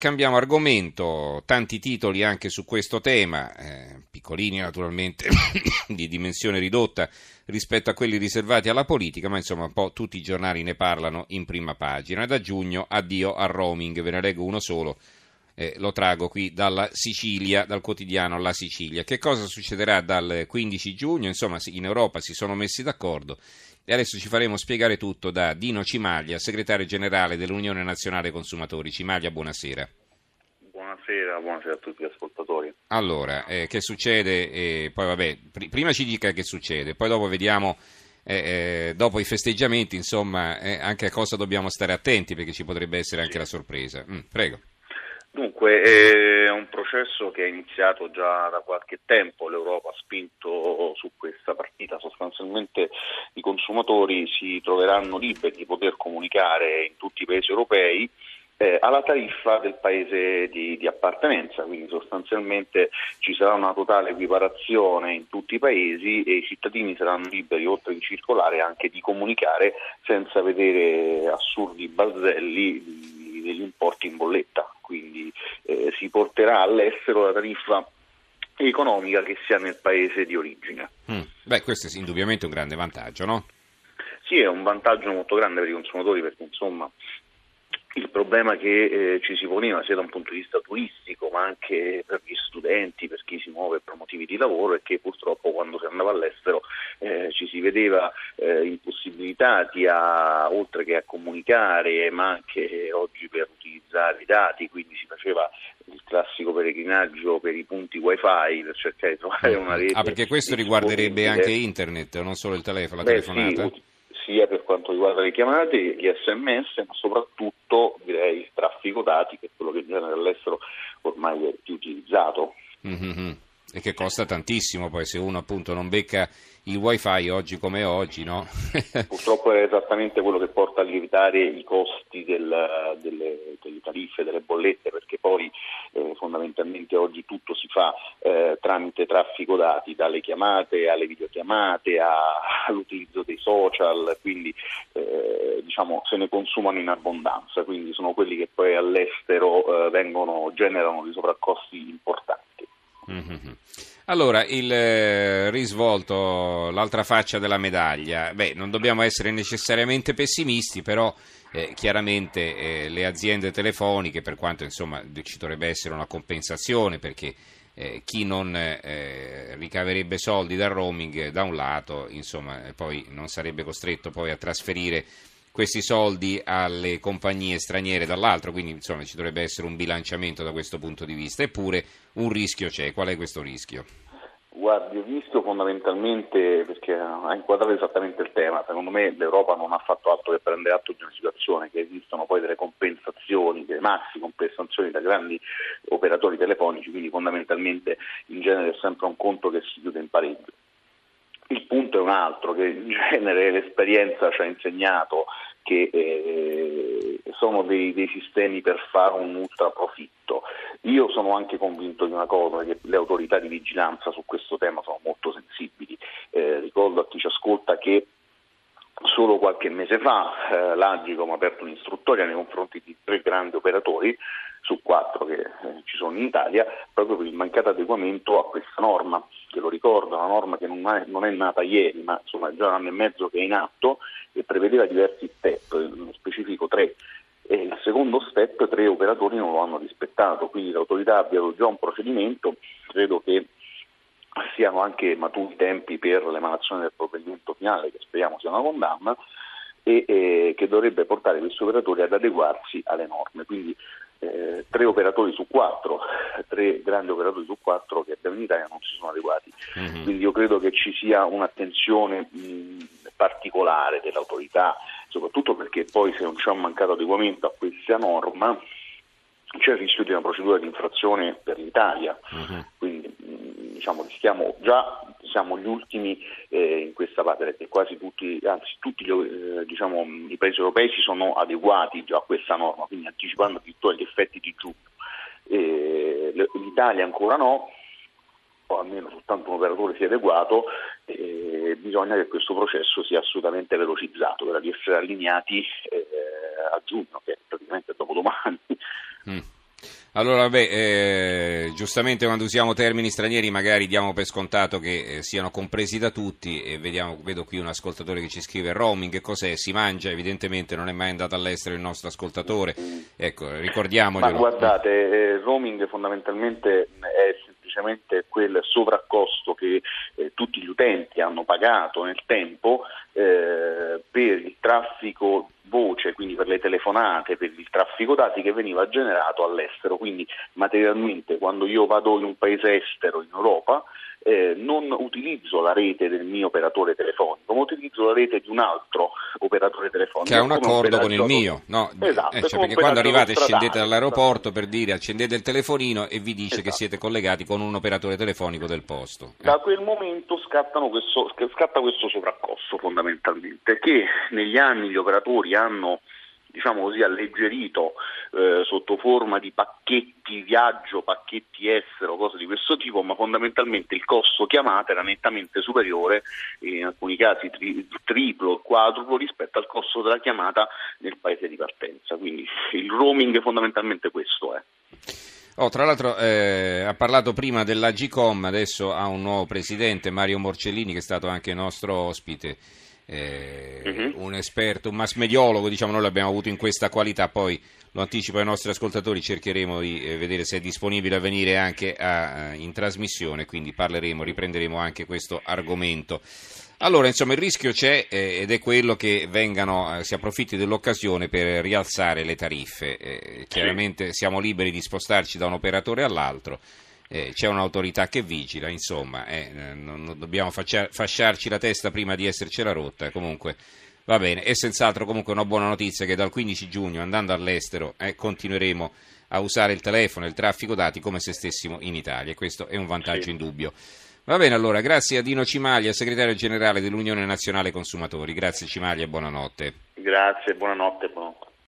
Cambiamo argomento, tanti titoli anche su questo tema, piccolini naturalmente, di dimensione ridotta rispetto a quelli riservati alla politica, ma insomma un po' tutti i giornali ne parlano in prima pagina. Da giugno addio al roaming, ve ne leggo uno solo, lo trago qui dalla Sicilia, dal quotidiano La Sicilia. Che cosa succederà dal 15 giugno? Insomma, in Europa si sono messi d'accordo e adesso ci faremo spiegare tutto da Dino Cimaglia, segretario generale dell'Unione Nazionale Consumatori. Cimaglia, buonasera. Buonasera a tutti gli ascoltatori. Allora, che succede? Poi vabbè, prima ci dica che succede, poi dopo vediamo, dopo i festeggiamenti, insomma, anche a cosa dobbiamo stare attenti, perché ci potrebbe essere anche la sorpresa. Prego. Dunque, è un processo che è iniziato già da qualche tempo, l'Europa ha spinto su questa partita, sostanzialmente i consumatori si troveranno liberi di poter comunicare in tutti i paesi europei alla tariffa del paese di appartenenza, quindi sostanzialmente ci sarà una totale equiparazione in tutti i paesi e i cittadini saranno liberi, oltre di circolare, anche di comunicare senza vedere assurdi balzelli degli importi in bolletta, quindi si porterà all'estero la tariffa economica che sia nel paese di origine. Beh, questo è indubbiamente un grande vantaggio, no? Sì, è un vantaggio molto grande per i consumatori perché insomma il problema che ci si poneva sia da un punto di vista turistico ma anche per gli studenti, per chi si muove per motivi di lavoro, è che purtroppo quando si andava all'estero ci si vedeva impossibilitati oltre che a comunicare ma anche oggi per utilizzare i dati, quindi si faceva il classico peregrinaggio per i punti wifi per cercare di trovare una rete. Perché questo riguarderebbe anche internet, non solo il telefono, la telefonata? Sì, sia per quanto riguarda le chiamate, gli SMS, ma soprattutto direi il traffico dati, che è quello che in genere all'estero ormai è più utilizzato. Mm-hmm. E che costa tantissimo, poi se uno appunto non becca il wifi oggi come oggi, no? Purtroppo è esattamente quello che porta a lievitare i costi delle tariffe, delle bollette, perché poi fondamentalmente oggi tutto si fa tramite traffico dati, dalle chiamate alle videochiamate all'utilizzo dei social, quindi diciamo se ne consumano in abbondanza, quindi sono quelli che poi all'estero generano dei sovraccosti importanti. Mm-hmm. Allora, il risvolto, l'altra faccia della medaglia, non dobbiamo essere necessariamente pessimisti, però chiaramente le aziende telefoniche, per quanto insomma ci dovrebbe essere una compensazione, perché chi non ricaverebbe soldi dal roaming da un lato, insomma, poi non sarebbe costretto poi a trasferire questi soldi alle compagnie straniere dall'altro, quindi insomma ci dovrebbe essere un bilanciamento da questo punto di vista, eppure un rischio c'è. Qual è questo rischio? Guardi, ho visto fondamentalmente, perché ha inquadrato esattamente il tema, secondo me l'Europa non ha fatto altro che prendere atto di una situazione, che esistono poi delle compensazioni, delle maxi compensazioni da grandi operatori telefonici, quindi fondamentalmente in genere è sempre un conto che si chiude in pareggio. Il punto è un altro, che in genere l'esperienza ci ha insegnato che sono dei sistemi per fare un ultra profitto. Io sono anche convinto di una cosa, che le autorità di vigilanza su questo tema sono molto sensibili. Ricordo a chi ci ascolta che solo qualche mese fa l'Agcom ha aperto un'istruttoria nei confronti di 3 grandi operatori su 4 che ci sono in Italia, proprio per il mancato adeguamento a questa norma, che lo ricordo, una norma che non è nata ieri, ma insomma è già un anno e mezzo che è in atto e prevedeva diversi step, nello specifico 3. E il secondo step 3 operatori non lo hanno rispettato, quindi l'autorità ha avviato già un procedimento, credo che siano anche maturi tempi per l'emanazione del provvedimento finale, che speriamo sia una condanna, e che dovrebbe portare questi operatori ad adeguarsi alle norme. Quindi 3 operatori su 4, 3 grandi operatori su 4 che abbiamo in Italia non si sono adeguati. Mm-hmm. Quindi io credo che ci sia un'attenzione particolare dell'autorità, soprattutto perché poi se non c'è un mancato adeguamento a questa norma c'è il rischio di una procedura di infrazione per l'Italia. Mm-hmm. Quindi siamo gli ultimi in questa parte, perché quasi tutti i paesi europei si sono adeguati già a questa norma, quindi anticipando addirittura gli effetti di giugno. L'Italia ancora no, o almeno soltanto un operatore si è adeguato, bisogna che questo processo sia assolutamente velocizzato per essere allineati a giugno, che è praticamente dopodomani. Allora, giustamente quando usiamo termini stranieri magari diamo per scontato che siano compresi da tutti e vedo qui un ascoltatore che ci scrive roaming, che cos'è? Si mangia? Evidentemente non è mai andato all'estero il nostro ascoltatore, ecco, ricordiamoglielo. Ma guardate, roaming fondamentalmente è semplicemente quel sovraccosto che tutti gli utenti hanno pagato nel tempo per il traffico voce, quindi per le telefonate, per il traffico dati che veniva generato all'estero. Quindi materialmente quando io vado in un paese estero in Europa non utilizzo la rete del mio operatore telefonico, ma utilizzo la rete di un altro operatore telefonico. Che ha un accordo con il mio, no? Esatto, perché quando arrivate scendete dall'aeroporto per dire accendete il telefonino e vi dice che siete collegati con un operatore telefonico del posto. Da quel momento scatta questo sovraccosto fondamentalmente, che negli anni gli operatori hanno, diciamo così, alleggerito sotto forma di pacchetti viaggio, pacchetti estero, cose di questo tipo, ma fondamentalmente il costo chiamata era nettamente superiore, in alcuni casi triplo o quadruplo rispetto al costo della chiamata nel paese di partenza. Quindi il roaming fondamentalmente questo è. Tra l'altro ha parlato prima dell'Agcom, adesso ha un nuovo presidente, Mario Morcellini, che è stato anche nostro ospite. Un esperto, un massmediologo, diciamo, noi l'abbiamo avuto in questa qualità, poi lo anticipo ai nostri ascoltatori, cercheremo di vedere se è disponibile a venire anche in trasmissione, quindi riprenderemo anche questo argomento. Allora, insomma, il rischio c'è ed è quello che si approfitti dell'occasione per rialzare le tariffe. Chiaramente siamo liberi di spostarci da un operatore all'altro. C'è un'autorità che vigila, insomma, non dobbiamo fasciarci la testa prima di essercela rotta, comunque va bene. È senz'altro comunque una buona notizia che dal 15 giugno, andando all'estero, continueremo a usare il telefono e il traffico dati come se stessimo in Italia, e questo è un vantaggio indubbio. Va bene, allora, grazie a Dino Cimaglia, segretario generale dell'Unione Nazionale Consumatori. Grazie Cimaglia e buonanotte. Grazie, buonanotte.